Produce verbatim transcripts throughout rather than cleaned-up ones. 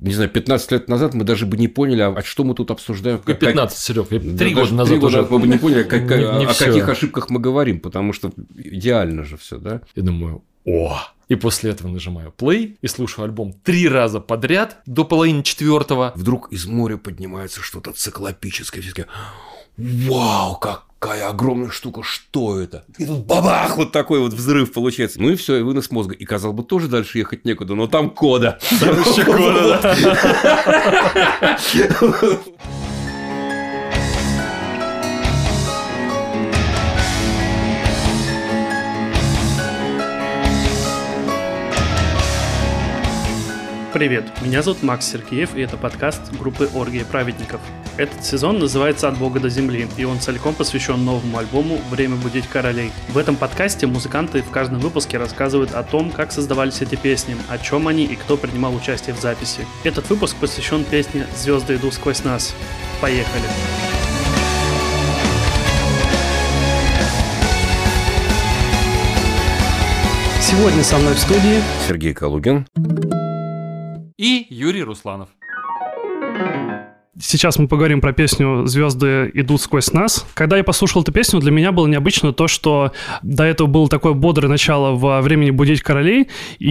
не знаю, пятнадцать лет назад мы даже бы не поняли, а что мы тут обсуждаем. Как, пятнадцать, Серег, три да, года назад три уже. года мы бы не поняли, как, не, не о всё. каких ошибках мы говорим, потому что идеально же все, да? Я думаю, о! И после этого нажимаю play и слушаю альбом три раза подряд до половины четвертого. Вдруг из моря поднимается что-то циклопическое. Все такие, вау, какая огромная штука, что это? И тут бабах, вот такой вот взрыв получается. Ну и все, и вынос мозга. И, казалось бы, тоже дальше ехать некуда, но там кода. Там еще кода, да. Привет, меня зовут Макс Сергеев, и это подкаст группы «Оргия праведников». Этот сезон называется «От Бога до земли», и он целиком посвящен новому альбому «Время будить королей». В этом подкасте музыканты в каждом выпуске рассказывают о том, как создавались эти песни, о чем они и кто принимал участие в записи. Этот выпуск посвящен песне «Звезды идут сквозь нас». Поехали! Сегодня со мной в студии Сергей Калугин и Юрий Русланов. Сейчас мы поговорим про песню «Звезды идут сквозь нас». Когда я послушал эту песню, для меня было необычно то, что до этого было такое бодрое начало во «Времени будить королей»,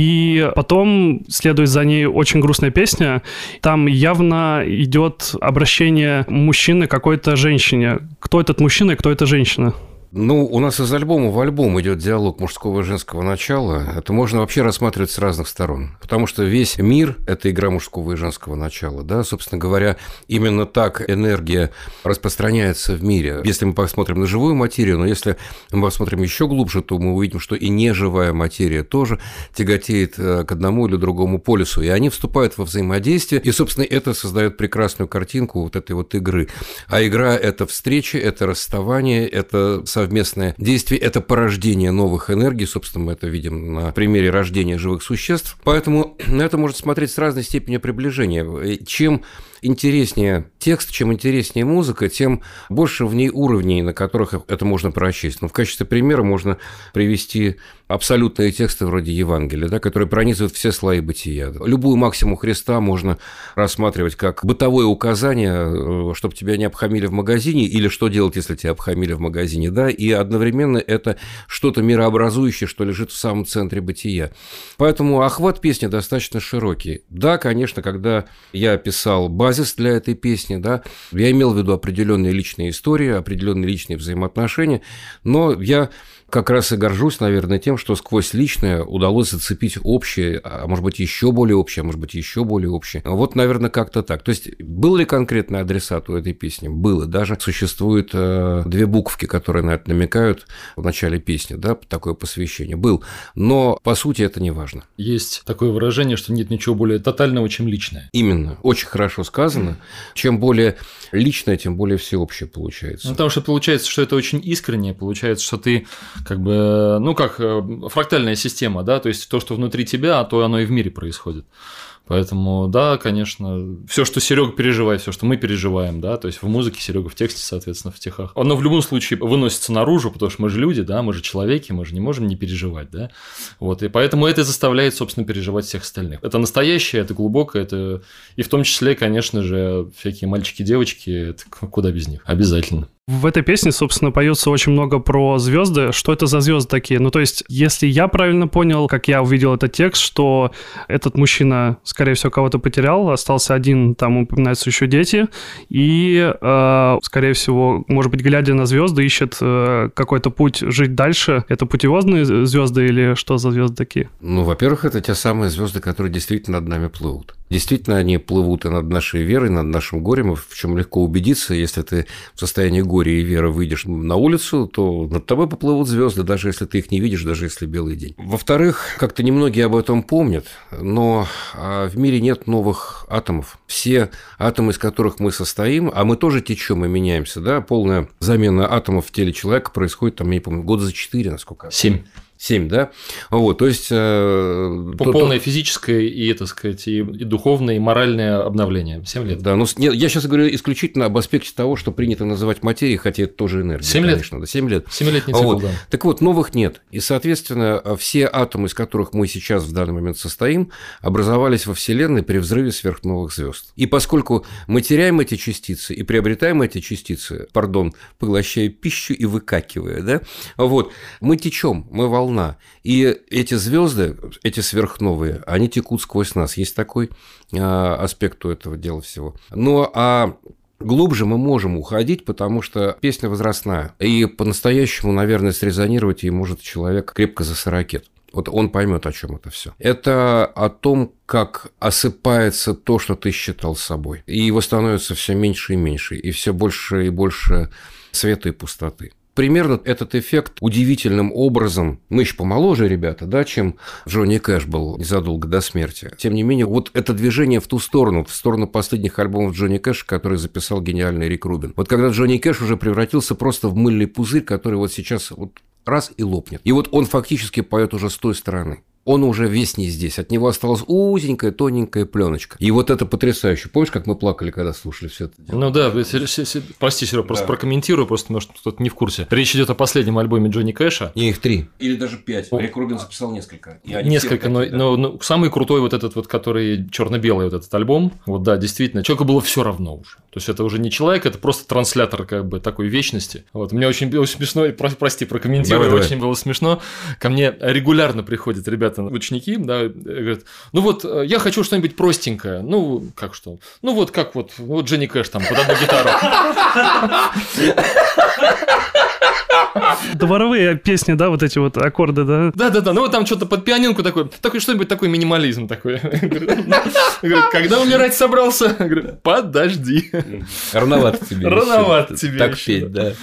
и потом следует за ней очень грустная песня. Там явно идет обращение мужчины к какой-то женщине. Кто этот мужчина и кто эта женщина? Ну, у нас из альбома в альбом идет диалог мужского и женского начала. Это можно вообще рассматривать с разных сторон. Потому что весь мир – это игра мужского и женского начала. Да? Собственно говоря, именно так энергия распространяется в мире. Если мы посмотрим на живую материю, но если мы посмотрим еще глубже, то мы увидим, что и неживая материя тоже тяготеет к одному или другому полюсу. И они вступают во взаимодействие. И, собственно, это создает прекрасную картинку вот этой вот игры. А игра – это встречи, это расставание, это совместное действие – это порождение новых энергий. Собственно, мы это видим на примере рождения живых существ. Поэтому на это можно смотреть с разной степенью приближения. Чем интереснее текст, чем интереснее музыка, тем больше в ней уровней, на которых это можно прочесть. Но в качестве примера можно привести абсолютные тексты вроде Евангелия, да, которые пронизывают все слои бытия. Любую максиму Христа можно рассматривать как бытовое указание, чтобы тебя не обхамили в магазине, или что делать, если тебя обхамили в магазине, да, и одновременно это что-то мирообразующее, что лежит в самом центре бытия. Поэтому охват песни достаточно широкий. Да, конечно, когда я писал базис для этой песни, да, я имел в виду определенные личные истории, определенные личные взаимоотношения, но я как раз и горжусь, наверное, тем, что сквозь личное удалось зацепить общее, а может быть, еще более общее, а может быть, еще более общее. Вот, наверное, как-то так. То есть, был ли конкретный адресат у этой песни? Было. Даже существует э, две буковки, которые на это намекают в начале песни, да, такое посвящение. Был. Но, по сути, это не важно. Есть такое выражение, что нет ничего более тотального, чем личное. Именно. Очень хорошо сказано. Чем более личное, тем более всеобщее получается. Ну, потому что получается, что это очень искренне, получается, что ты как бы, ну, как фрактальная система, да, то есть то, что внутри тебя, то оно и в мире происходит. Поэтому, да, конечно, все, что Серега переживает, все, что мы переживаем, да, то есть в музыке, Серега в тексте, соответственно, в стихах, оно в любом случае выносится наружу, потому что мы же люди, да, мы же человеки, мы же не можем не переживать, да, вот, и поэтому это заставляет, собственно, переживать всех остальных. Это настоящее, это глубокое, это и в том числе, конечно же, всякие мальчики-девочки, это куда без них, обязательно. В этой песне, собственно, поется очень много про звезды. Что это за звезды такие? Ну, то есть, если я правильно понял, как я увидел этот текст, что этот мужчина, скорее всего, кого-то потерял, остался один, там упоминаются еще дети, и, э, скорее всего, может быть, глядя на звезды, ищет э, какой-то путь жить дальше. Это путеводные звезды или что за звезды такие? Ну, во-первых, это те самые звезды, которые действительно над нами плывут. Действительно, они плывут и над нашей верой, над нашим горем, в чем легко убедиться, если ты в состоянии горя и веры выйдешь на улицу, то над тобой поплывут звезды, даже если ты их не видишь, даже если белый день. Во-вторых, как-то немногие об этом помнят, но в мире нет новых атомов. Все атомы, из которых мы состоим, а мы тоже течем и меняемся, да, полная замена атомов в теле человека происходит, там, я не помню, года за четыре, насколько. Семь. семь, да? Вот, то есть... Э, полное то, физическое и, так сказать, и, и духовное, и моральное обновление. семь лет. Да, но нет, я сейчас говорю исключительно об аспекте того, что принято называть материей, хотя это тоже энергия. семь лет? Конечно, да, семь лет. семилетний цикл, вот. да. Так вот, новых нет. И, соответственно, все атомы, из которых мы сейчас в данный момент состоим, образовались во Вселенной при взрыве сверхновых звезд. И поскольку мы теряем эти частицы и приобретаем эти частицы, пардон, поглощая пищу и выкакивая, да, вот, мы течем, мы волна. И эти звезды, эти сверхновые, они текут сквозь нас. Есть такой а, аспект у этого дела всего. Ну, а глубже мы можем уходить, потому что песня возрастная. И по-настоящему, наверное, срезонировать ей может человек крепко за сорокет. Вот он поймет, о чем это все. Это о том, как осыпается то, что ты считал собой. И его становится все меньше и меньше, и все больше и больше света и пустоты. Примерно этот эффект удивительным образом, мы еще помоложе, ребята, да, чем Джонни Кэш был незадолго до смерти. Тем не менее, вот это движение в ту сторону, в сторону последних альбомов Джонни Кэша, который записал гениальный Рик Рубин. Вот когда Джонни Кэш уже превратился просто в мыльный пузырь, который вот сейчас вот раз и лопнет. И вот он фактически поет уже с той стороны. Он уже весь не здесь. От него осталась узенькая, тоненькая пленочка. И вот это потрясающе. Помнишь, как мы плакали, когда слушали все это дело? Ну да, прости, Серега, просто да. прокомментирую, просто, может, кто-то не в курсе. Речь идет о последнем альбоме Джонни Кэша. Не, их три. Или даже пять. Рик Рубин записал несколько. Несколько, но, да. но, но самый крутой вот этот вот, который черно-белый вот этот альбом. Вот да, действительно, человеку было все равно уже. То есть это уже не человек, это просто транслятор как бы такой вечности. Вот мне очень, очень смешно, прости, прокомментирую, давай, очень давай. Было смешно. Ко мне регулярно приходят ребята, ученики, да, говорят, ну вот, я хочу что-нибудь простенькое, ну, как что, ну вот, как вот, вот Джонни Кэш там, под одну гитару. Дворовые песни, да, вот эти вот аккорды, да? Да-да-да, ну вот там что-то под пианинку такой, такой что-нибудь такой минимализм такой. Когда умирать собрался? Подожди. Рановато тебе. Рановато тебе. Так петь, да.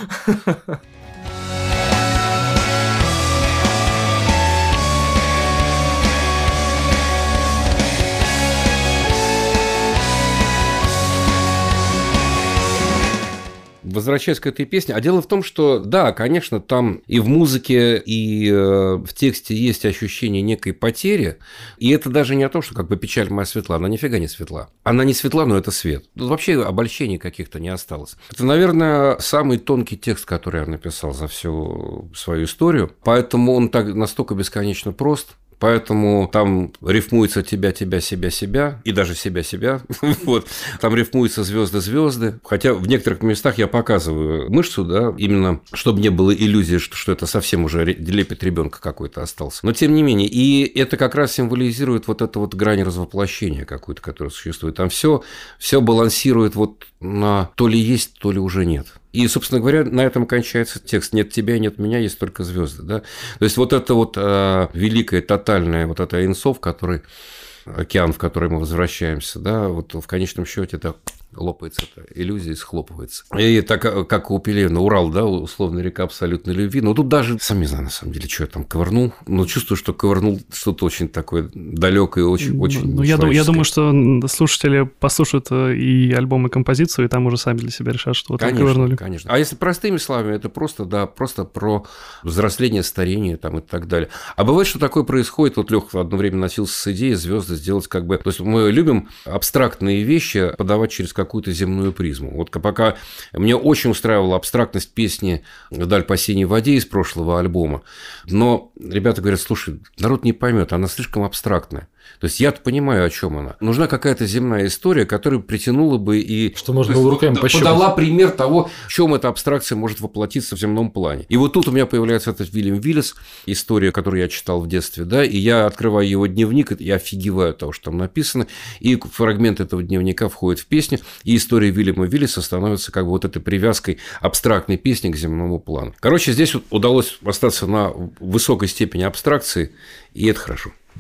Возвращаясь к этой песне, а дело в том, что, да, конечно, там и в музыке, и э, в тексте есть ощущение некой потери, и это даже не о том, что как бы печаль моя светла, она нифига не светла. Она не светла, но это свет. Тут вообще обольщений каких-то не осталось. Это, наверное, самый тонкий текст, который я написал за всю свою историю, поэтому он так настолько бесконечно прост. Поэтому там рифмуется тебя, тебя, себя, себя, и даже себя, себя. Вот. Там рифмуются звезды, звезды. Хотя в некоторых местах я показываю мышцу, да, именно чтобы не было иллюзии, что, что это совсем уже лепет ребенка какой-то остался. Но тем не менее, и это как раз символизирует вот эту вот грань развоплощения какую-то, которая существует. Там все, все балансирует вот на то ли есть, то ли уже нет. И, собственно говоря, на этом кончается текст. Нет тебя, нет меня, есть только звезды. Да? То есть вот это вот а, великое, тотальное, вот это инсов, который, океан, в который мы возвращаемся, да, вот в конечном счете это лопается эта иллюзия и схлопывается. И так как у Пелевина Урал, да, условно река абсолютной любви. Но тут даже, сам не знаю, на самом деле, что я там ковырнул, но чувствую, что ковырнул что-то очень такое далекое, очень, ну, очень ну, я, думаю, я думаю, что слушатели послушают и альбом, и композицию, и там уже сами для себя решат, что вот конечно, ковырнули. Конечно. А если простыми словами, это просто, да, просто про взросление, старение там и так далее. А бывает, что такое происходит, вот Лёха одно время носился с идеей звезды сделать как бы... То есть мы любим абстрактные вещи подавать через какую-то земную призму. Вот пока мне очень устраивала абстрактность песни «Вдаль по синей воде» из прошлого альбома, но ребята говорят, слушай, народ не поймет, она слишком абстрактная. То есть я-то понимаю, о чем она. Нужна какая-то земная история, которая притянула бы и что можно было руками пощупать. Подала пример того, в чем эта абстракция может воплотиться в земном плане. И вот тут у меня появляется этот Уильям Виллис, история, которую я читал в детстве, да, и я открываю его дневник, и я офигеваю от того, что там написано, и фрагмент этого дневника входит в песню, и история Уильяма Виллиса становится как бы вот этой привязкой абстрактной песни к земному плану. Короче, здесь удалось остаться на высокой степени абстракции, и это хорошо.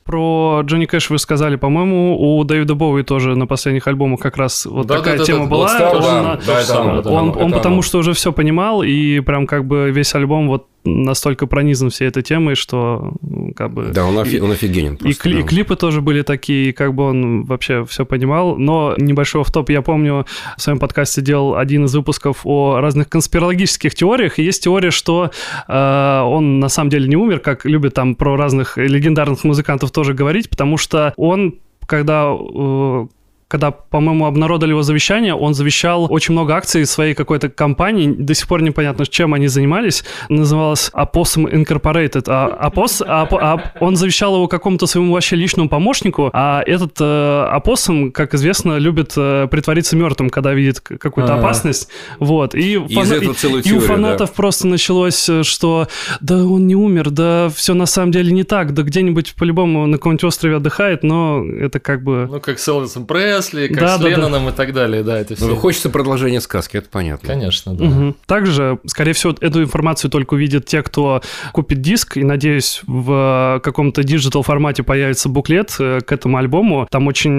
Про Джонни Кэш вы сказали, по-моему, у Дэвида Боуи тоже на последних альбомах как раз вот да, такая да, тема да, была. Star, он да, на... да, да, да, он, да, он это потому оно. что уже все понимал, и прям как бы весь альбом вот настолько пронизан всей этой темой, что как бы... Да, он, офи... и, он офигенен просто. И, кли... да. и клипы тоже были такие, как бы он вообще все понимал. Но небольшой офф-топ, я помню, в своем подкасте делал один из выпусков о разных конспирологических теориях. И есть теория, что э, он на самом деле не умер, как любят там про разных легендарных музыкантов тоже говорить, потому что он, когда... Э, когда, по-моему, обнародовали его завещание, он завещал очень много акций своей какой-то компании, до сих пор непонятно, чем они занимались, называлась Opossum Incorporated. А, Опос, а, а, он завещал его какому-то своему вообще личному помощнику, а этот э, Opossum, как известно, любит э, притвориться мертвым, когда видит какую-то А-а-а. опасность. Вот. И, И фана... из этого целая и, и у теория, фанатов да. просто началось, что да он не умер, да все на самом деле не так, да где-нибудь по-любому на каком-нибудь острове отдыхает, но это как бы... Ну, как с Элвисом Пресли, как Да, с да, Ленноном и так далее, да, это все. Ну, хочется продолжения сказки, это понятно. Конечно, да. Угу. Также, скорее всего, эту информацию только увидят те, кто купит диск, и, надеюсь, в каком-то диджитал формате появится буклет к этому альбому. Там очень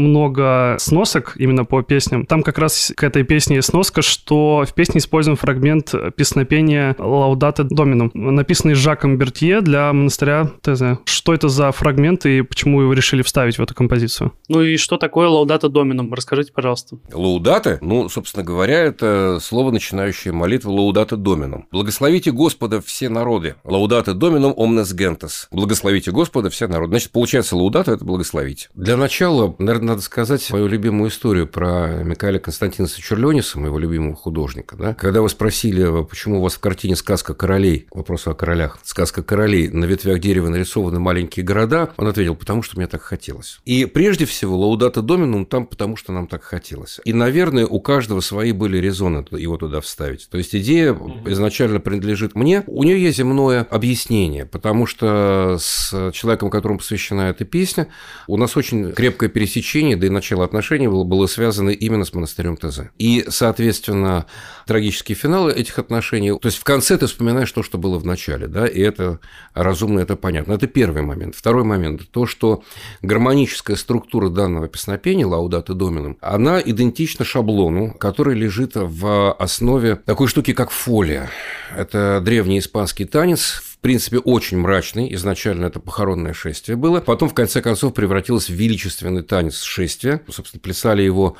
много сносок именно по песням. Там как раз к этой песне есть сноска, что в песне используем фрагмент песнопения «Laudate Dominum», написанный Жаком Бертье для монастыря Тезе. Что это за фрагмент и почему его решили вставить в эту композицию? Ну и что такое «Laudate Dominum»? Расскажите, пожалуйста. Лаудаты, ну, собственно говоря, это слово, начинающее молитву «Laudate Dominum». «Благословите Господа все народы». «Laudate Dominum omnes gentes». «Благословите Господа все народы». Значит, получается, «Laudate» – это «благословить». Для начала, наверное, надо сказать свою любимую историю про Микаэля Константиновича Черлёниса, моего любимого художника. Да? Когда вы спросили, почему у вас в картине «Сказка королей», вопрос о королях, «Сказка королей», на ветвях дерева нарисованы маленькие города, он ответил, потому что мне так хотелось. И прежде всего, «Laudate Dominum» там потому, что нам так хотелось. И, наверное, у каждого свои были резоны его туда вставить. То есть идея изначально принадлежит мне. У нее есть земное объяснение, потому что с человеком, которому посвящена эта песня, у нас очень крепкое пересечение, да и начало отношений было, было связано именно с монастырем Тезе. И, соответственно, трагические финалы этих отношений. То есть в конце ты вспоминаешь то, что было в начале, да, и это разумно, это понятно. Это первый момент. Второй момент – то, что гармоническая структура данного песнопения «Laudate Dominum», она идентична шаблону, который лежит в основе такой штуки, как фолия. Это древний испанский танец, в принципе, очень мрачный. Изначально это похоронное шествие было. Потом, в конце концов, превратилось в величественный танец шествия. Собственно, плясали его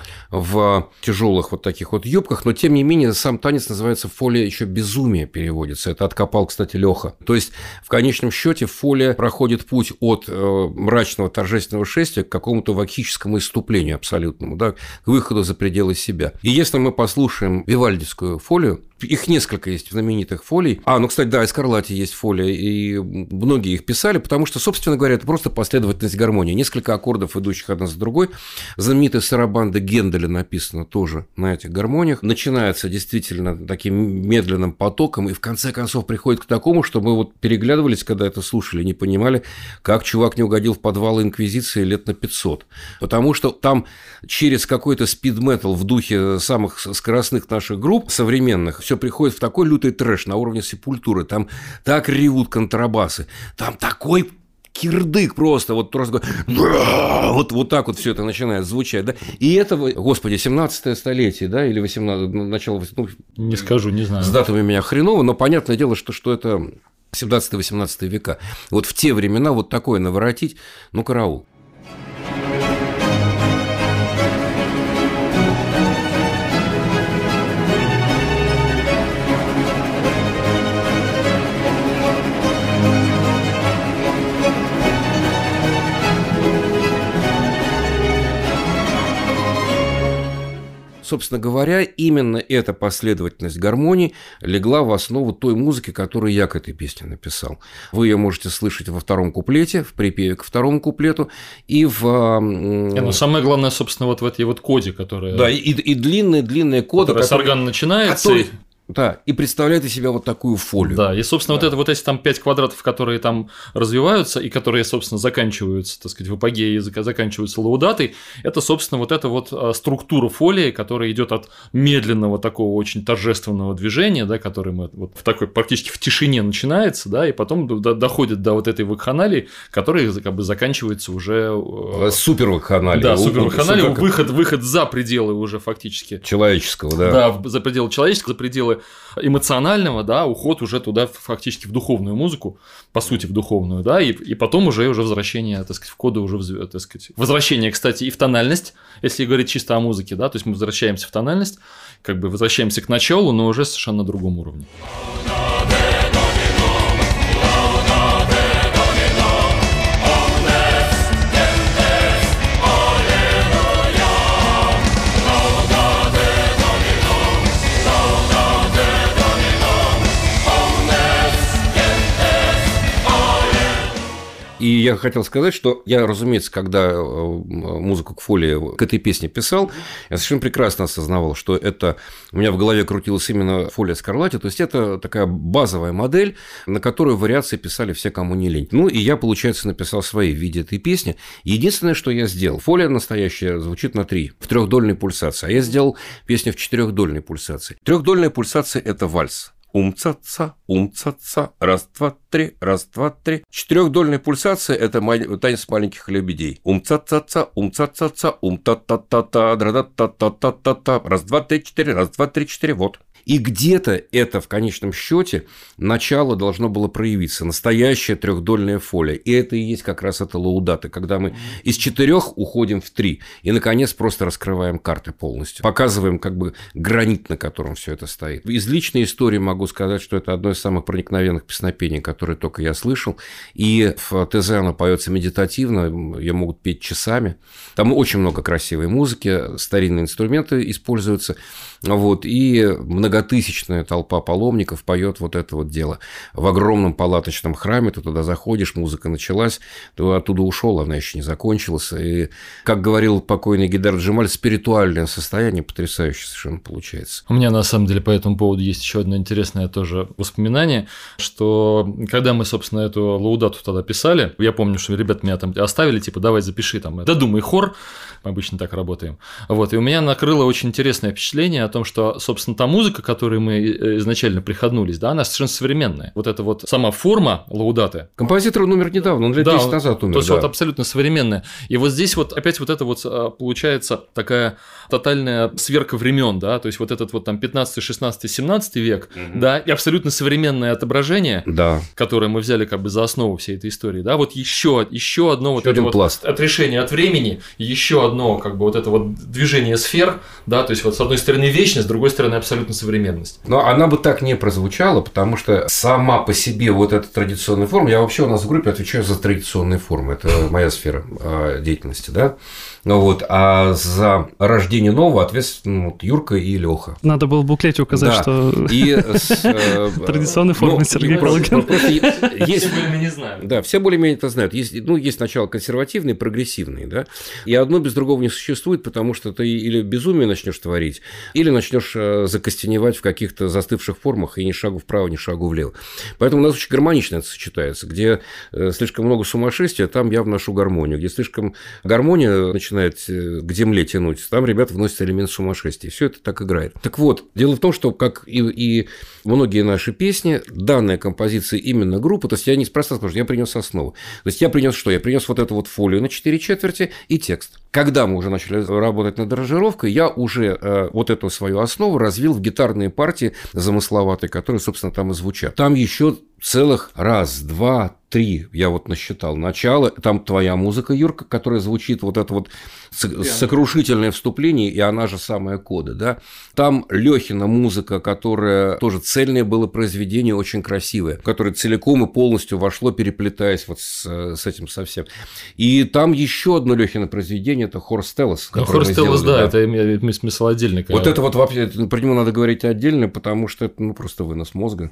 в тяжелых вот таких вот юбках. Но, тем не менее, сам танец называется фолия, еще безумие переводится. Это откопал, кстати, Леха. То есть, в конечном счете, фолия проходит путь от э, мрачного торжественного шествия к какому-то вакхическому исступлению абсолютному, да, к выходу за пределы себя. И если мы послушаем вивальдийскую фолию, их несколько есть знаменитых фолий. А, ну, кстати, да, Эскарлати есть фолия, и многие их писали, потому что, собственно говоря, это просто последовательность гармонии. Несколько аккордов, идущих одна за другой. Знаменитая сарабанда Генделя написана тоже на этих гармониях. Начинается действительно таким медленным потоком, и в конце концов приходит к такому, что мы вот переглядывались, когда это слушали, не понимали, как чувак не угодил в подвал Инквизиции лет на пятьсот. Потому что там через какой-то спид-метал в духе самых скоростных наших групп современных все приходит в такой лютый трэш на уровне Сепультуры. Там так ревут контрабасы, там такой кирдык просто, вот просто вот, вот так вот все это начинает звучать, да, и это, господи, семнадцатое столетие, да, или восемнадцатое, начало, ну, не скажу, не знаю. С датами у меня хреново, но понятное дело, что, что это семнадцатое-восемнадцатое века. Вот в те времена вот такое наворотить, ну, караул. Собственно говоря, именно эта последовательность гармоний легла в основу той музыки, которую я к этой песне написал. Вы ее можете слышать во втором куплете, в припеве к второму куплету и в... Не, ну, самое главное, собственно, вот в этой вот коде, которая... Да, и, и длинные-длинные коды, которые с органа начинается. Который... Да, и представляет из себя вот такую фолию. Да, и, собственно, Да. вот это вот эти там пять квадратов, которые там развиваются и которые, собственно, заканчиваются, так сказать, в апогее, зак- заканчиваются лаудатой, это, собственно, вот эта вот а, структура фолии, которая идет от медленного такого очень торжественного движения, да, который мы вот в такой практически в тишине начинается, да, и потом до- доходит до вот этой вакханалии, которая как бы заканчивается уже... э, Супер вакханалия. Да, У- супер у- вакханалия, супер- выход, выход за пределы уже фактически. Человеческого, да. Да, в- за пределы человеческого, за пределы эмоционального, да, уход уже туда фактически в духовную музыку, по сути, в духовную, да, и, и потом уже, уже возвращение, так сказать, в коды уже, в- так сказать, возвращение, кстати, и в тональность, если говорить чисто о музыке, да, то есть мы возвращаемся в тональность, как бы возвращаемся к началу, но уже совершенно на другом уровне. И я хотел сказать, что я, разумеется, когда э, музыку к фолии к этой песне писал, я совершенно прекрасно осознавал, что это у меня в голове крутилась именно фолия Скарлатти, то есть это такая базовая модель, на которую вариации писали все, кому не лень. Ну, и я, получается, написал свои в виде этой песни. Единственное, что я сделал, фолия настоящая звучит на три, в трехдольной пульсации, а я сделал песню в четырехдольной пульсации. Трехдольная пульсация – это вальс. Ум-ца-ца, ум-ца-ца, раз-два-три, раз-два-три. Четырехдольная пульсация – это май- танец маленьких лебедей. Ум-ца-ца-ца, ум-ца-ца-ца, ум-та-та-та-та, дра-да-та-та-та-та-та, раз-два-три-четыре, раз-два-три-четыре, вот. И где-то это в конечном счете начало должно было проявиться. Настоящая трехдольная фолия. И это и есть как раз это лаудаты, когда мы из четырех уходим в три. И, наконец, просто раскрываем карты полностью. Показываем как бы гранит, на котором все это стоит. Из личной истории могу сказать, что это одно из самых проникновенных песнопений, которые только я слышал. И в ТЗ оно поется медитативно, ее могут петь часами. Там очень много красивой музыки, старинные инструменты используются. Вот, и многотысячная толпа паломников поет вот это вот дело. В огромном палаточном храме ты туда заходишь, музыка началась, ты оттуда ушел, она еще не закончилась. И, как говорил покойный Гидар Джемаль, спиритуальное состояние потрясающе совершенно получается. У меня, на самом деле, по этому поводу есть еще одно интересное тоже воспоминание, что когда мы, собственно, эту лаудату тогда писали, я помню, что ребята меня там оставили, типа, давай запиши там, додумай хор, мы обычно так работаем. Вот, и у меня накрыло очень интересное впечатление о том, что, собственно, та музыка, к которой мы изначально приходнулись, да, она совершенно современная. Вот эта вот сама форма лаудаты. Композитор умер недавно, он лет Да, десять он- назад умер. То есть да. вот абсолютно современная. И вот здесь вот опять вот это вот а, получается такая тотальная сверка времен, да, то есть вот этот вот там пятнадцатый, шестнадцатый, семнадцатый век, да, и абсолютно современное отображение, Да. которое мы взяли как бы за основу всей этой истории, да, вот еще, еще одно вот Еще это один вот пласт. отрешение от времени, еще одно как бы вот это вот движение сфер, да, то есть вот с одной стороны вечность, с другой стороны абсолютно современность. Но она бы так не прозвучала, потому что сама по себе вот эта традиционная форма, я вообще у нас в группе отвечаю за традиционные формы, это моя сфера э, деятельности, да, ну вот, а за рождение нового ответственны вот Юрка и Леха. Надо было в буклете указать, Да. что И с, э, традиционной формы ну, Сергей просто- Калугин. просто есть Все более-менее не знаю. Да, все более-менее это знают. Есть, ну, есть сначала консервативные, прогрессивные, да, и одно без другого не существует, потому что ты или безумие начнешь творить, или начнешь э, закостеневать в каких-то застывших формах и ни шагу вправо, ни шагу влево. Поэтому у нас очень гармонично это сочетается. Где э, слишком много сумасшествия, там я вношу гармонию. Где слишком гармония начинает э, к земле тянуть, там ребята вносят элемент сумасшествия. Все это так играет. Так вот, дело в том, что, как и, и многие наши песни, данная композиция именно группы, то есть я неспроста скажу, я принес основу. То есть я принес что? Я принес вот эту вот фолию на четыре четверти и текст. Когда мы уже начали работать над аранжировкой, я уже э, вот эту свою основу развил в гитарные партии замысловатые, которые, собственно, там и звучат. Там еще целых раз, два, три, я вот насчитал, начало, там твоя музыка, Юрка, которая звучит, вот это вот сокрушительное вступление, и она же самая кода, да. Там Лёхина музыка, которая тоже цельное было произведение, очень красивое, которое целиком и полностью вошло, переплетаясь вот с, с этим совсем. И там еще одно Лёхино произведение, это хор Стеллас. Ну, хор Стеллас, да, это имеет смысл отдельный. Вот это вот вообще, про него надо говорить отдельно, потому что это ну, просто вынос мозга.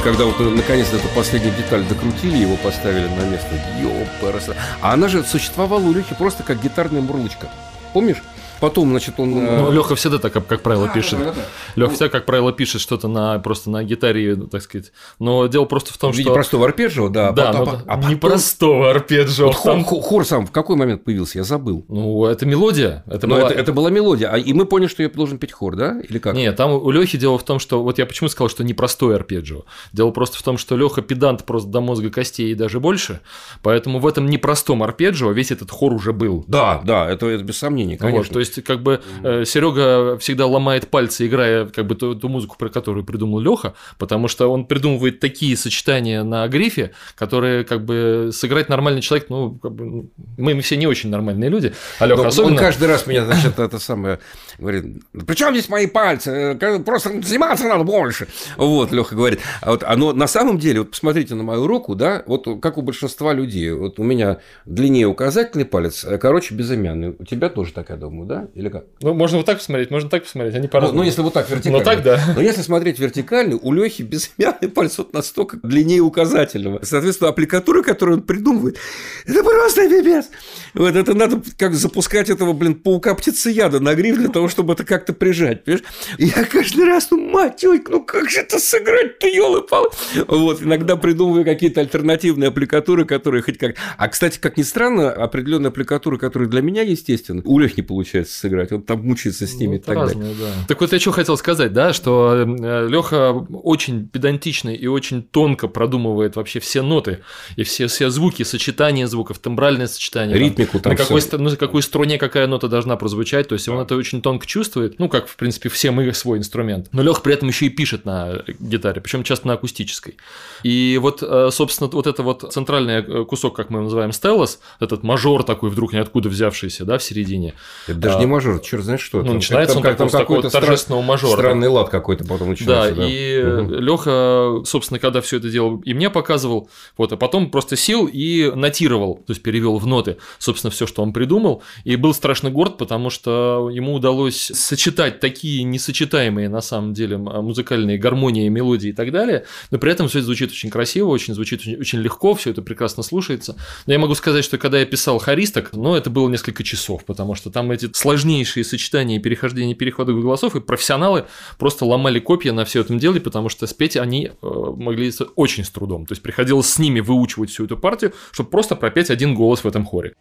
когда вот наконец-то эту последнюю деталь докрутили, его поставили на место, ёпараса. А она же существовала у Лёхи просто как гитарная мурлычка. Помнишь? Потом, значит, он... Ну, Лёха всегда так, как, как правило, да, пишет. Да, да, да. Лёха всегда, как правило, пишет что-то на, просто на гитаре, так сказать. Но дело просто в том, в виде что... простого арпеджио, да. Да, а, но а, а потом... не простого арпеджио. Вот там... хор, хор сам в какой момент появился? Я забыл. Ну, это мелодия. Это, Но была... это, это была мелодия. А, и мы поняли, что я должен петь хор, да? Или как? Нет, там у Лёхи дело в том, что... Вот я почему сказал, что не простой арпеджио. Дело просто в том, что Лёха педант просто до мозга костей и даже больше. Поэтому в этом непростом арпеджио весь этот хор уже был. Да, да, это, это без сомнений, конечно. Вот, то есть, как бы Серега всегда ломает пальцы, играя как бы ту, ту музыку, про которую придумал Леха, потому что он придумывает такие сочетания на грифе, которые как бы сыграть нормальный человек, ну, как бы, мы все не очень нормальные люди, а Леха особенно... Он каждый раз меня, значит, это самое говорит, при чем здесь мои пальцы? Просто заниматься надо больше. Вот, Леха говорит. А вот оно на самом деле, вот посмотрите на мою руку, да, вот как у большинства людей, вот у меня длиннее указательный палец, короче, безымянный. У тебя тоже так, я думаю, да? Или как? Ну, можно вот так посмотреть, можно так посмотреть, они по-разному. Ну, ну, если вот так вертикально. Ну, так, да. Но если смотреть вертикально, у Лёхи безымянный палец вот настолько длиннее указательного. Соответственно, аппликатура, которую он придумывает, это просто пипец. Вот это надо как запускать этого, блин, паука-птицеяда на гриф для того, чтобы это как-то прижать, понимаешь? И я каждый раз, ну, мать, ой, ну как же это сыграть-то, ёлы-палы. Вот, иногда придумываю какие-то альтернативные аппликатуры, которые хоть как... А, кстати, как ни странно, определенные аппликатуры, которые для меня, естественно, у Лёхи не получается сыграть, он там мучается с ними, ну, и так разные, далее. Да. Так вот, я что хотел сказать, да, что Лёха очень педантичный и очень тонко продумывает вообще все ноты и все, все звуки, сочетания звуков, тембральное сочетание. Ритмику там. На какой, на какой струне какая нота должна прозвучать, то есть он это очень тонко чувствует, ну, как, в принципе, все мы свой инструмент. Но Лёха при этом еще и пишет на гитаре, причем часто на акустической. И вот, собственно, вот это вот центральный кусок, как мы его называем, стеллос, этот мажор такой вдруг ниоткуда взявшийся, да, в середине. Это даже а, не мажор, черт знает что. Ну, там, начинается там, он там, как, там какой-то торжественного мажора. Странный лад какой-то потом начинается. Да, да. и угу. Лёха, собственно, когда все это делал, и мне показывал, вот, а потом просто сел и нотировал, то есть перевел в ноты, собственно, все, что он придумал, и был страшно горд, потому что ему удалось сочетать такие несочетаемые на самом деле музыкальные гармонии, мелодии и так далее, но при этом все это звучит очень красиво, очень звучит очень, очень легко, все это прекрасно слушается. Но я могу сказать, что когда я писал хористок, ну, это было несколько часов, потому что там эти сложнейшие сочетания и перехождения переходов голосов, и профессионалы просто ломали копья на все этом деле, потому что спеть они могли очень с трудом. То есть приходилось с ними выучивать всю эту партию, чтобы просто пропеть один голос в этом хоре.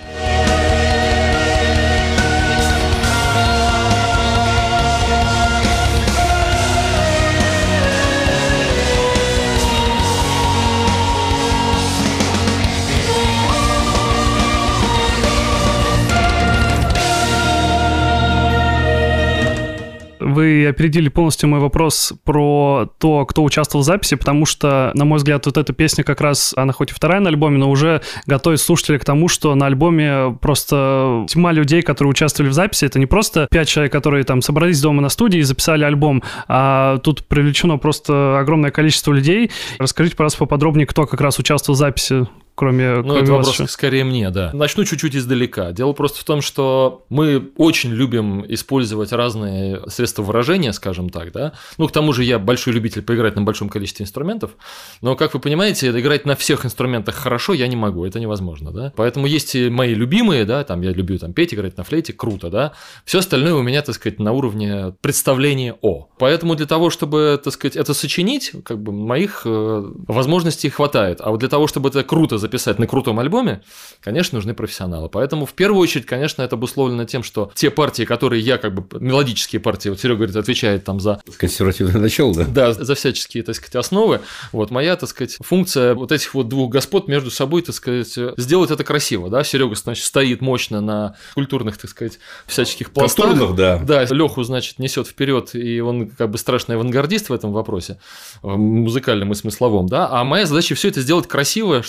Вы опередили полностью мой вопрос про то, кто участвовал в записи, потому что, на мой взгляд, вот эта песня как раз, она хоть и вторая на альбоме, но уже готовит слушателя к тому, что на альбоме просто тьма людей, которые участвовали в записи. Это не просто пять человек, которые там собрались дома на студии и записали альбом, а тут привлечено просто огромное количество людей. Расскажите, пожалуйста, поподробнее, кто как раз участвовал в записи. Кроме, ну, кроме это вопрос еще. Скорее мне, да. Начну чуть-чуть издалека. Дело просто в том, что мы очень любим использовать разные средства выражения, скажем так, да. Ну, к тому же я большой любитель поиграть на большом количестве инструментов, но, как вы понимаете, играть на всех инструментах хорошо я не могу, это невозможно, да. Поэтому есть и мои любимые, да, там я люблю там петь, играть на флейте, круто, да. Все остальное у меня, так сказать, на уровне представления о. Поэтому для того, чтобы, так сказать, это сочинить, как бы моих э, возможностей хватает, а вот для того, чтобы это круто записать на крутом альбоме, конечно, нужны профессионалы. Поэтому в первую очередь, конечно, это обусловлено тем, что те партии, которые я, как бы, мелодические партии, вот Серега говорит, отвечает там за... Консервативное начало, да? Да, за всяческие, так сказать, основы. Вот моя, так сказать, функция вот этих вот двух господ между собой, так сказать, сделать это красиво, да. Серега, значит, стоит мощно на культурных, так сказать, всяческих пластах. Культурных, да. Да, Леху, значит, несет вперед, и он как бы страшный авангардист в этом вопросе, музыкальном и смысловом, да. А моя задача все это сделать красиво, чтобы это все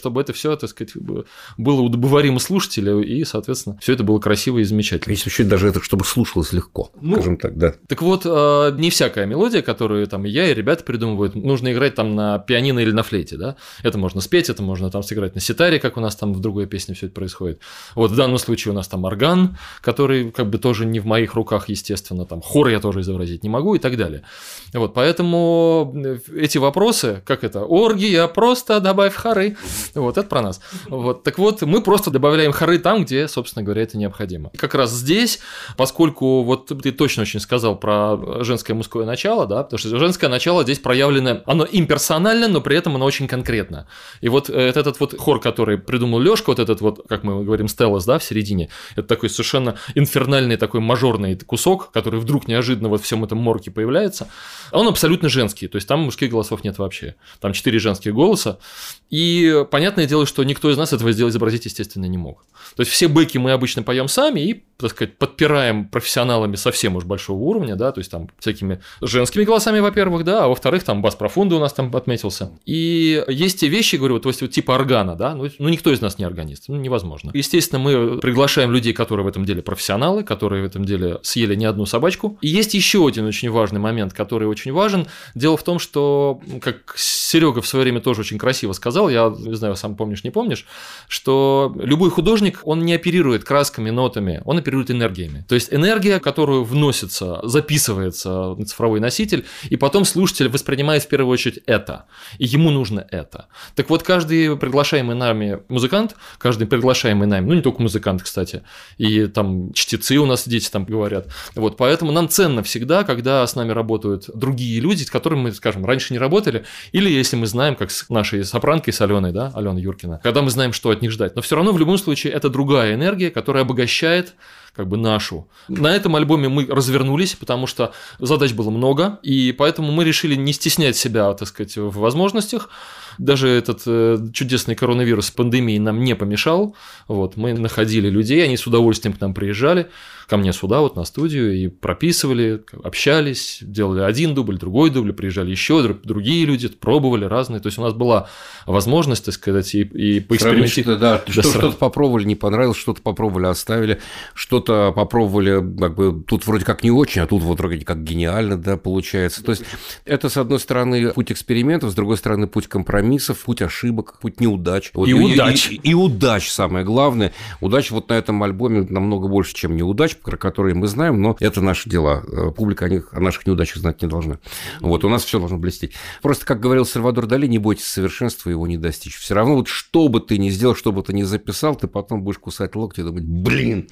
все, так сказать, было удобоваримо слушателю, и, соответственно, все это было красиво и замечательно. Если еще даже это, чтобы слушалось легко, ну, скажем так, да. Так вот, не всякая мелодия, которую там и я, и ребята придумывают, нужно играть там на пианино или на флейте, да. Это можно спеть, это можно там сыграть на ситаре, как у нас там в другой песне все это происходит. Вот в данном случае у нас там орган, который как бы тоже не в моих руках, естественно, там хор я тоже изобразить не могу и так далее. Вот, поэтому эти вопросы, как это, оргия, просто добавь хоры, вот, это про нас. Вот, так вот, мы просто добавляем хоры там, где, собственно говоря, это необходимо. Как раз здесь, поскольку вот ты точно очень сказал про женское и мужское начало, да, потому что женское начало здесь проявлено, оно имперсонально, но при этом оно очень конкретно. И вот этот вот хор, который придумал Лёшка, вот этот вот, как мы говорим, стеллас, да, в середине, это такой совершенно инфернальный такой мажорный кусок, который вдруг неожиданно вот в всем этом морке появляется, он абсолютно женский, то есть там мужских голосов нет вообще, там четыре женских голоса, и понятное дело, что никто из нас этого сделать, изобразить, естественно, не мог. То есть все бэки мы обычно поем сами и, так сказать, подпираем профессионалами совсем уж большого уровня, да, то есть там всякими женскими голосами, во-первых, да, а во-вторых, там бас профунда у нас там отметился. И есть те вещи, говорю, то есть вот типа органа, да, ну, ну никто из нас не органист, ну невозможно. Естественно, мы приглашаем людей, которые в этом деле профессионалы, которые в этом деле съели не одну собачку. И есть еще один очень важный момент, который очень важен. Дело в том, что, как Серега в свое время тоже очень красиво сказал, я не знаю, сам помнишь, не помнишь, что любой художник, он не оперирует красками, нотами, он оперирует энергиями. То есть энергия, которую вносится, записывается на цифровой носитель, и потом слушатель воспринимает в первую очередь это, и ему нужно это. Так вот, каждый приглашаемый нами музыкант, каждый приглашаемый нами, ну не только музыкант, кстати, и там чтецы у нас дети там говорят, вот, поэтому нам ценно всегда, когда с нами работают другие люди, с которыми мы, скажем, раньше не работали, или если мы знаем, как с нашей сопранкой, с Аленой, да, Алена Юркина, когда мы знаем, что от них ждать, но все равно в любом случае это другая энергия, которая обогащает как бы нашу. На этом альбоме мы развернулись, потому что задач было много, и поэтому мы решили не стеснять себя, так сказать, в возможностях. Даже этот э, чудесный коронавирус пандемии нам не помешал. Вот, мы находили людей, они с удовольствием к нам приезжали, ко мне сюда, вот на студию, и прописывали, общались, делали один дубль, другой дубль, приезжали еще другие люди, пробовали разные. То есть у нас была возможность, так сказать, и, и поэкспериментировать. Да, да, что-то попробовали, не понравилось, что-то попробовали, оставили, что-то попробовали, как бы тут вроде как не очень, а тут вот вроде как гениально, да, получается. То есть это, с одной стороны, путь экспериментов, с другой стороны, путь компромиссов, путь ошибок, путь неудач. Вот, и, и удач. И, и, и удач, самое главное. Удач вот на этом альбоме намного больше, чем неудач, про которые мы знаем, но это наши дела. Публика о, них, о наших неудачах знать не должна. Вот, у нас все должно блестеть. Просто, как говорил Сальвадор Дали, не бойтесь совершенства, его не достичь. Все равно, вот что бы ты ни сделал, что бы ты ни записал, ты потом будешь кусать локти и думать, блин.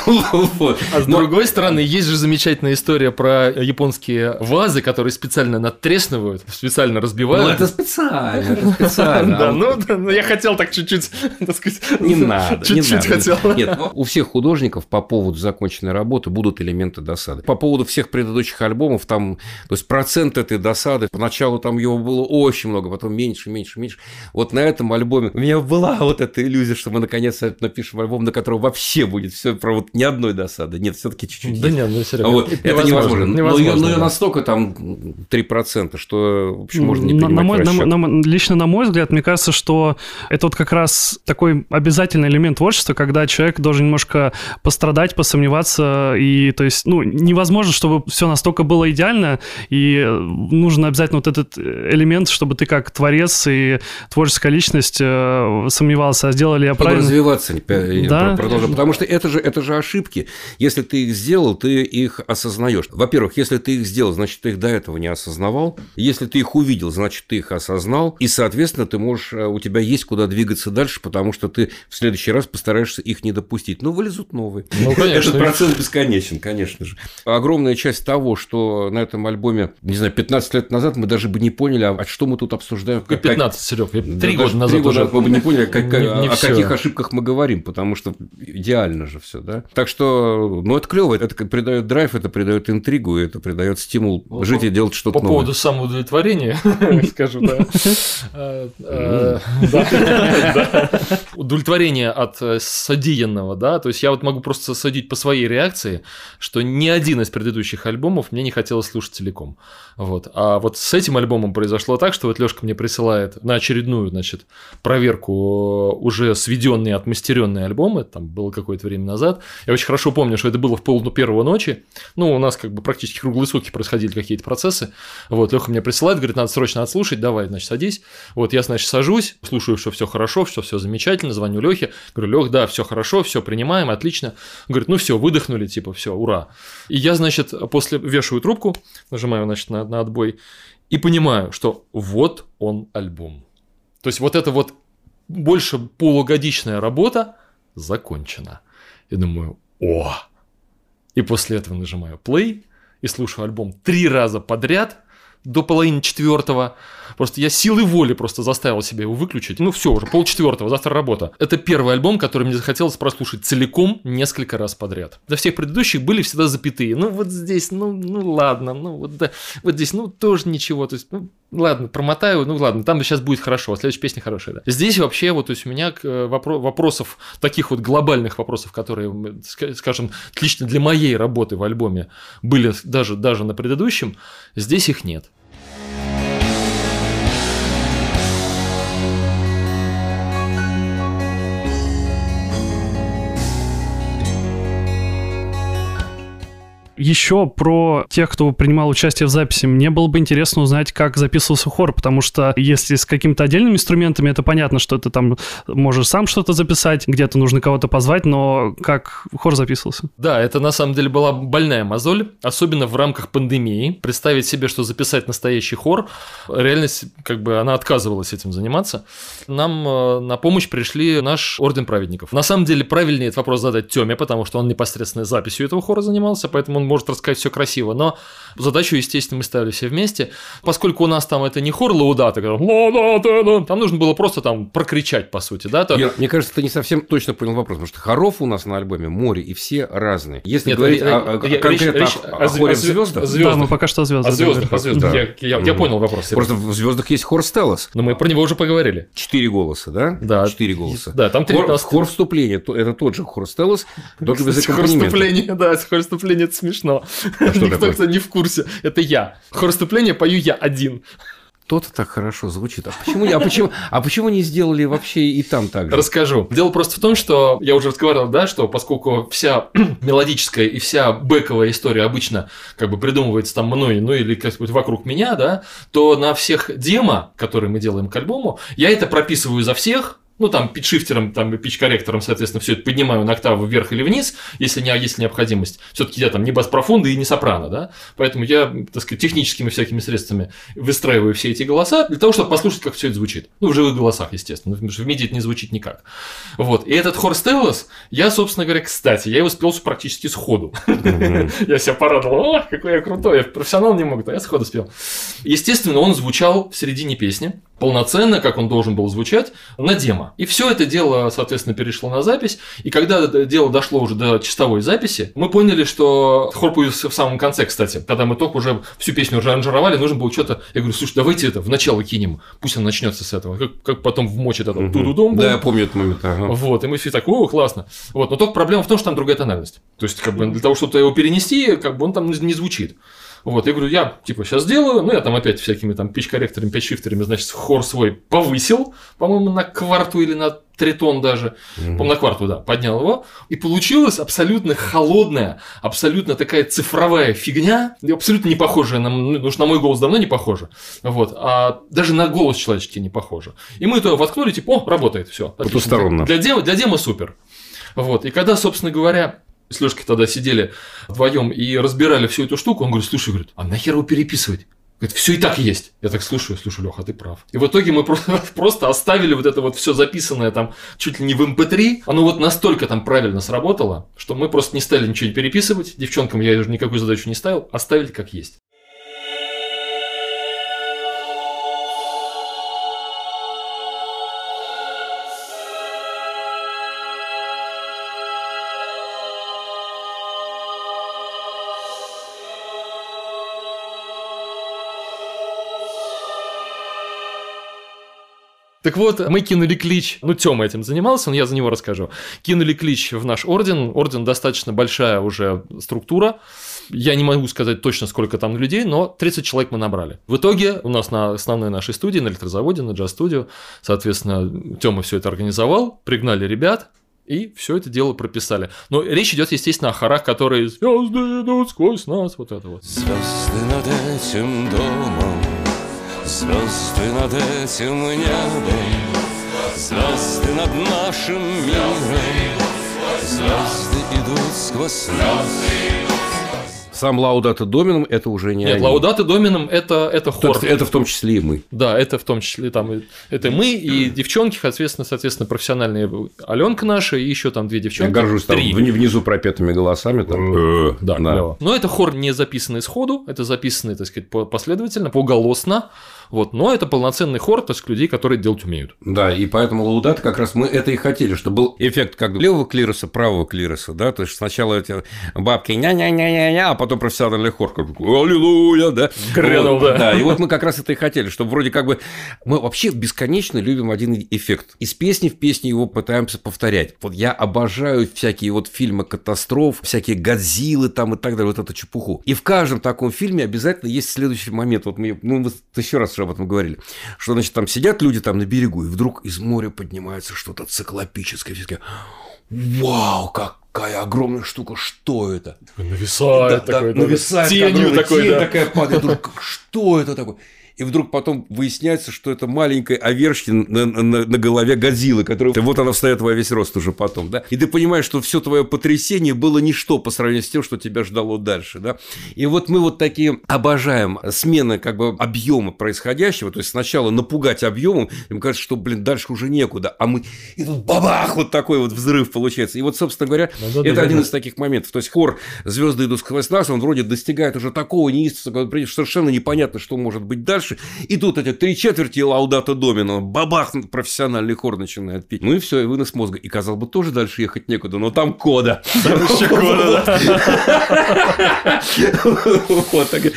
А с другой стороны, есть же замечательная история про японские вазы, которые специально надтреснывают, специально разбивают. Ну, это специально, это специально. Да, ну, я хотел так чуть-чуть, так сказать, не надо, чуть-чуть хотел. Нет, у всех художников по поводу законченной работы будут элементы досады. По поводу всех предыдущих альбомов, там, то есть процент этой досады, поначалу там его было очень много, потом меньше, меньше, меньше. Вот на этом альбоме у меня была вот эта иллюзия, что мы наконец напишем альбом, на котором вообще будет все про вот ни одной досады. Нет, все-таки чуть-чуть. Да нет, ну серьезно. Вот, это невозможно. невозможно. Но, но да. Настолько там три процента, что, в общем, можно не на, принимать на мой, на, на, Лично на мой взгляд, мне кажется, что это вот как раз такой обязательный элемент творчества, когда человек должен немножко пострадать, посомневаться, и то есть, ну, невозможно, чтобы все настолько было идеально, и нужно обязательно вот этот элемент, чтобы ты как творец и творческая личность сомневался, а сделали я правильно. Чтобы развиваться, да? продолжать, потому что это же, это же ошибки. Если ты их сделал, ты их осознаешь. Во-первых, если ты их сделал, значит, ты их до этого не осознавал. Если ты их увидел, значит, ты их осознал. И, соответственно, ты можешь, у тебя есть куда двигаться дальше, потому что ты в следующий раз постараешься их не допустить. Ну, вылезут новые. Ну, конечно. Этот процент бесконечен, конечно же. Огромная часть того, что на этом альбоме, не знаю, пятнадцать лет назад мы даже бы не поняли, а что мы тут обсуждаем. Как пятнадцать, Серег, три да, года назад три уже. Мы бы не поняли, как, не, не о все. каких ошибках мы говорим, потому что идеально же все, да. Так что, ну, это клево, это придает драйв, это придает интригу, это придает стимул вот жить по, и делать что-то новое. По поводу самоудовлетворения, скажу, да. Удовлетворение от содеянного, да, то есть я вот могу просто судить по своей реакции, что ни один из предыдущих альбомов мне не хотелось слушать целиком. Вот. А вот с этим альбомом произошло так, что вот Лёшка мне присылает на очередную, значит, проверку уже сведенные, отмастеренные альбомы, там было какое-то время назад. Я очень хорошо помню, что это было в полну первого ночи. Ну, у нас как бы практически круглые сутки происходили какие-то процессы. Вот, Лёха мне присылает, говорит, надо срочно отслушать, давай, значит, садись. Вот, я, значит, сажусь, слушаю, что все хорошо, что все замечательно, звоню Лёхе, говорю, Лёх, да, все хорошо, все принимаем, отлично. Говорит, ну все, выдохнули, типа, все, ура. И я, значит, после вешаю трубку, нажимаю, значит, на, на отбой и понимаю, что вот он альбом. То есть вот эта вот больше полугодичная работа закончена. И думаю, о! И после этого нажимаю play и слушаю альбом три раза подряд до половины четвертого. Просто я силой воли просто заставил себя его выключить. Ну все, уже полчетвертого, завтра работа. Это первый альбом, который мне захотелось прослушать целиком несколько раз подряд. До всех предыдущих были всегда запятые. Ну вот здесь, ну, ну ладно, ну вот, да, вот здесь, ну тоже ничего. То есть, ну ладно, промотаю, ну ладно, там сейчас будет хорошо, следующая песня хорошая. Да. Здесь вообще вот, то есть у меня вопро- вопросов, таких вот глобальных вопросов, которые, скажем, лично для моей работы в альбоме были даже, даже на предыдущем, здесь их нет. Еще про тех, кто принимал участие в записи, мне было бы интересно узнать, как записывался хор, потому что если с какими-то отдельными инструментами, это понятно, что ты там можешь сам что-то записать, где-то нужно кого-то позвать, но как хор записывался? Да, это на самом деле была больная мозоль, особенно в рамках пандемии. Представить себе, что записать настоящий хор, реальность, как бы, она отказывалась этим заниматься. Нам на помощь пришли наш орден праведников. На самом деле, правильнее этот вопрос задать Тёме, потому что он непосредственно записью этого хора занимался, поэтому он может рассказать все красиво, но задачу, естественно, мы ставили все вместе. Поскольку у нас там это не хор лаудата, там нужно было просто там прокричать, по сути, да? То... Я, мне кажется, ты не совсем точно понял вопрос, потому что хоров у нас на альбоме море, и все разные. Если Нет, говорить я, о, о, я, конкретно речь, о, о, о хоре в звездах, да, мы пока что о звездах. О звездах, о звездах. Да. Я, я, я понял вопрос. Просто в звездах есть хор Стеллас. Но мы про него уже поговорили. Четыре голоса, да? Да. Четыре голоса. Да, там хор, хор вступления, это тот же хор Стеллас, только без аккомпанемента. Хор вступления, да, хор вступления, это смешно. Никто, кто не в курсе, это я. Хор вступления пою я один. То-то так хорошо звучит. А почему, а, почему, а почему не сделали вообще и там так же? Расскажу. Дело просто в том, что я уже разговаривал, да, что поскольку вся мелодическая и вся бэковая история обычно как бы придумывается там мной, ну или как-нибудь вокруг меня, да, то на всех демо, которые мы делаем к альбому, я это прописываю за всех. Ну, там, питчшифтером, там, питч-корректором, соответственно, все это поднимаю на октаву вверх или вниз, если не, есть необходимость. Все-таки я там не бас-профунда и не сопрано, да? Поэтому я, так сказать, техническими всякими средствами выстраиваю все эти голоса для того, чтобы послушать, как все это звучит. Ну, в живых голосах, естественно, потому что в миди это не звучит никак. Вот. И этот хор Стеллас, я, собственно говоря, кстати, я его спел практически сходу. Я себя порадовал. О, какой я крутой, я профессионал не мог, а я сходу спел. Естественно, он звучал в середине песни, полноценно, как он должен был звучать, на демо. И все это дело, соответственно, перешло на запись. И когда дело дошло уже до чистовой записи, мы поняли, что хор появился в самом конце, кстати. Когда мы только уже всю песню уже аранжировали, нужно было что-то... Я говорю, слушай, давайте это в начало кинем, пусть он начнется с этого. Как, как потом вмочит это. Угу. Ту-ду-дум. Да, я помню этот момент. Ага. Вот, и мы все так, о, классно. Вот, но только проблема в том, что там другая тональность. То есть, как бы, для того, чтобы его перенести, как бы он там не звучит. Вот, я говорю, я, типа, сейчас сделаю, ну, я там опять всякими там питч-корректорами, питч-шифтерами, значит, хор свой повысил, по-моему, на кварту или на тритон даже, mm-hmm. по-моему, на кварту, да, поднял его, и получилась абсолютно холодная, абсолютно такая цифровая фигня, абсолютно не похожая, на, ну, потому что на мой голос давно не похожа, вот, а даже на голос человеческий не похожа. И мы это воткнули, типа, о, работает, все. Потусторонно. Для демо, для демо супер. Вот, и когда, собственно говоря, с Лёшкой тогда сидели вдвоем и разбирали всю эту штуку, он говорит, слушай, говорит, а нахер его переписывать? Говорит, все и так есть. Я так слушаю, слушай, Лёха, ты прав. И в итоге мы просто, просто оставили вот это вот все записанное там чуть ли не в эм пэ три. Оно вот настолько там правильно сработало, что мы просто не стали ничего переписывать. Девчонкам я уже никакую задачу не ставил, оставили как есть. Так вот, мы кинули клич, ну, Тёма этим занимался, но я за него расскажу. Кинули клич в наш орден, орден достаточно большая уже структура. Я не могу сказать точно, сколько там людей, но тридцать человек мы набрали. В итоге у нас на основной нашей студии, на электрозаводе, на джаз-студию, соответственно, Тёма все это организовал, пригнали ребят, и все это дело прописали. Но речь идет, естественно, о хорах, которые «Звезды идут сквозь нас», вот это вот. Звезды над этим домом, звезды над этим небом, звезды над нашим миром, звезды идут сквозь нас. Сам Лаудато Доминум – это уже не Нет, они. Лаудато Доминум – это, это хор. Это, это в том числе и мы. Да, это в том числе там, это мы и девчонки, соответственно, соответственно, профессиональные. Аленка наша и еще там две девчонки. Я горжусь там Три. внизу пропетыми голосами. Там. Да, да. Но это хор не записанный сходу, это записанный, так сказать, последовательно, поголосно. Вот, но это полноценный хор, то есть людей, которые делать умеют. Да, и поэтому Лаудато как раз мы это и хотели, чтобы был эффект как левого клироса, правого клироса, да, то есть сначала эти бабки ня-ня-ня-ня-ня, а потом профессиональный хор, как аллилуйя, да. Грянул, вот, да. Да, и вот мы как раз это и хотели, чтобы вроде как бы мы вообще бесконечно любим один эффект. Из песни в песню его пытаемся повторять. Вот я обожаю всякие вот фильмы катастроф, всякие Годзиллы там и так далее, вот эту чепуху. И в каждом таком фильме обязательно есть следующий момент. Вот мы, ну, мы еще раз об этом говорили, что, значит, там сидят люди там на берегу, и вдруг из моря поднимается что-то циклопическое, все такие: вау, какая огромная штука, что это? Нависает Да, такой, да, нависает, тенью такой, тень да. такая падает, я думаю, что это такое? И вдруг потом выясняется, что это маленькая Аверщина на, на, на голове Годзиллы, которая вот она встает во весь рост уже потом, да. И ты понимаешь, что все твое потрясение было ничто по сравнению с тем, что тебя ждало дальше, да. И вот мы вот такие обожаем смены как бы объема происходящего, то есть сначала напугать объемом, им кажется, что, блин, дальше уже некуда, а мы и тут бабах, вот такой вот взрыв получается. И вот, собственно говоря, да, да, это да, один да. из таких моментов. То есть хор «Звезды идут сквозь нас», он вроде достигает уже такого неистовства, когда совершенно непонятно, что может быть дальше. И тут эти три четверти Лаудато Домино, бабах, профессиональный хор начинает петь. Ну и все, и вынос мозга. И, казалось бы, тоже дальше ехать некуда, но там кода. Там еще кода, да. Вот так.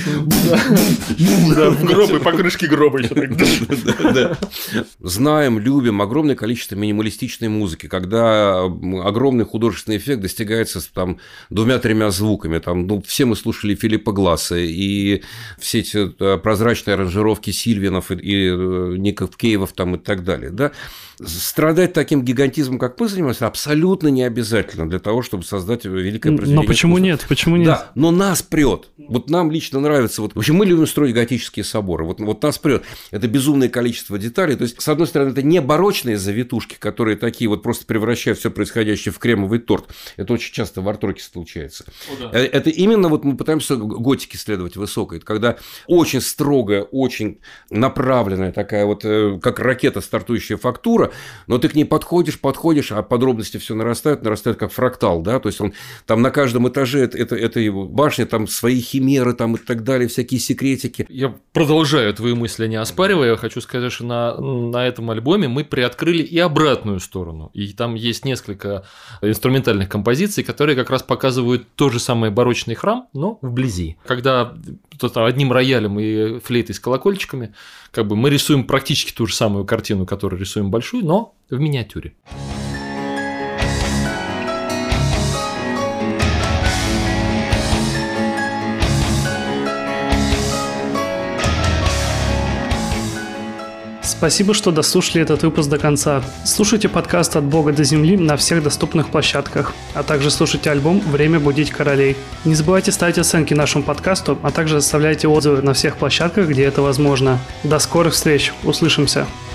Да, в гробы, покрышки гроба еще так. Знаем, любим огромное количество минималистичной музыки, когда огромный художественный эффект достигается там двумя-тремя звуками. Там, ну, все мы слушали Филиппа Гласса, и все эти прозрачные аранжировки Сильвинов и, и Ников Кейвов там и так далее, да. Страдать таким гигантизмом, как мы занимаемся, абсолютно не обязательно для того, чтобы создать великое произведение. Но почему искусства. нет? Почему нет? Да, но нас прет. Вот нам лично нравится. Вот, в общем, мы любим строить готические соборы. Вот, вот нас прет. Это безумное количество деталей. То есть, с одной стороны, это не барочные завитушки, которые такие вот просто превращают все происходящее в кремовый торт. Это очень часто в арт-роке случается. О, да. Это именно вот мы пытаемся готике следовать высокой. Это когда очень строгая, очень направленная такая вот, как ракета, стартующая фактура, но ты к ней подходишь, подходишь, а подробности все нарастают, нарастают как фрактал, да, то есть он там на каждом этаже это, это, это его башня, там свои химеры там и так далее, всякие секретики. Я продолжаю твои мысли, не оспаривая, я хочу сказать, что на, на этом альбоме мы приоткрыли и обратную сторону, и там есть несколько инструментальных композиций, которые как раз показывают тот же самый барочный храм, но вблизи. Когда одним роялем и флейтой с колокольчиками как бы мы рисуем практически ту же самую картину, которую рисуем большую, но в миниатюре. Спасибо, что дослушали этот выпуск до конца. Слушайте подкаст «От Бога до земли» на всех доступных площадках, а также слушайте альбом «Время будить королей». Не забывайте ставить оценки нашему подкасту, а также оставляйте отзывы на всех площадках, где это возможно. До скорых встреч. Услышимся.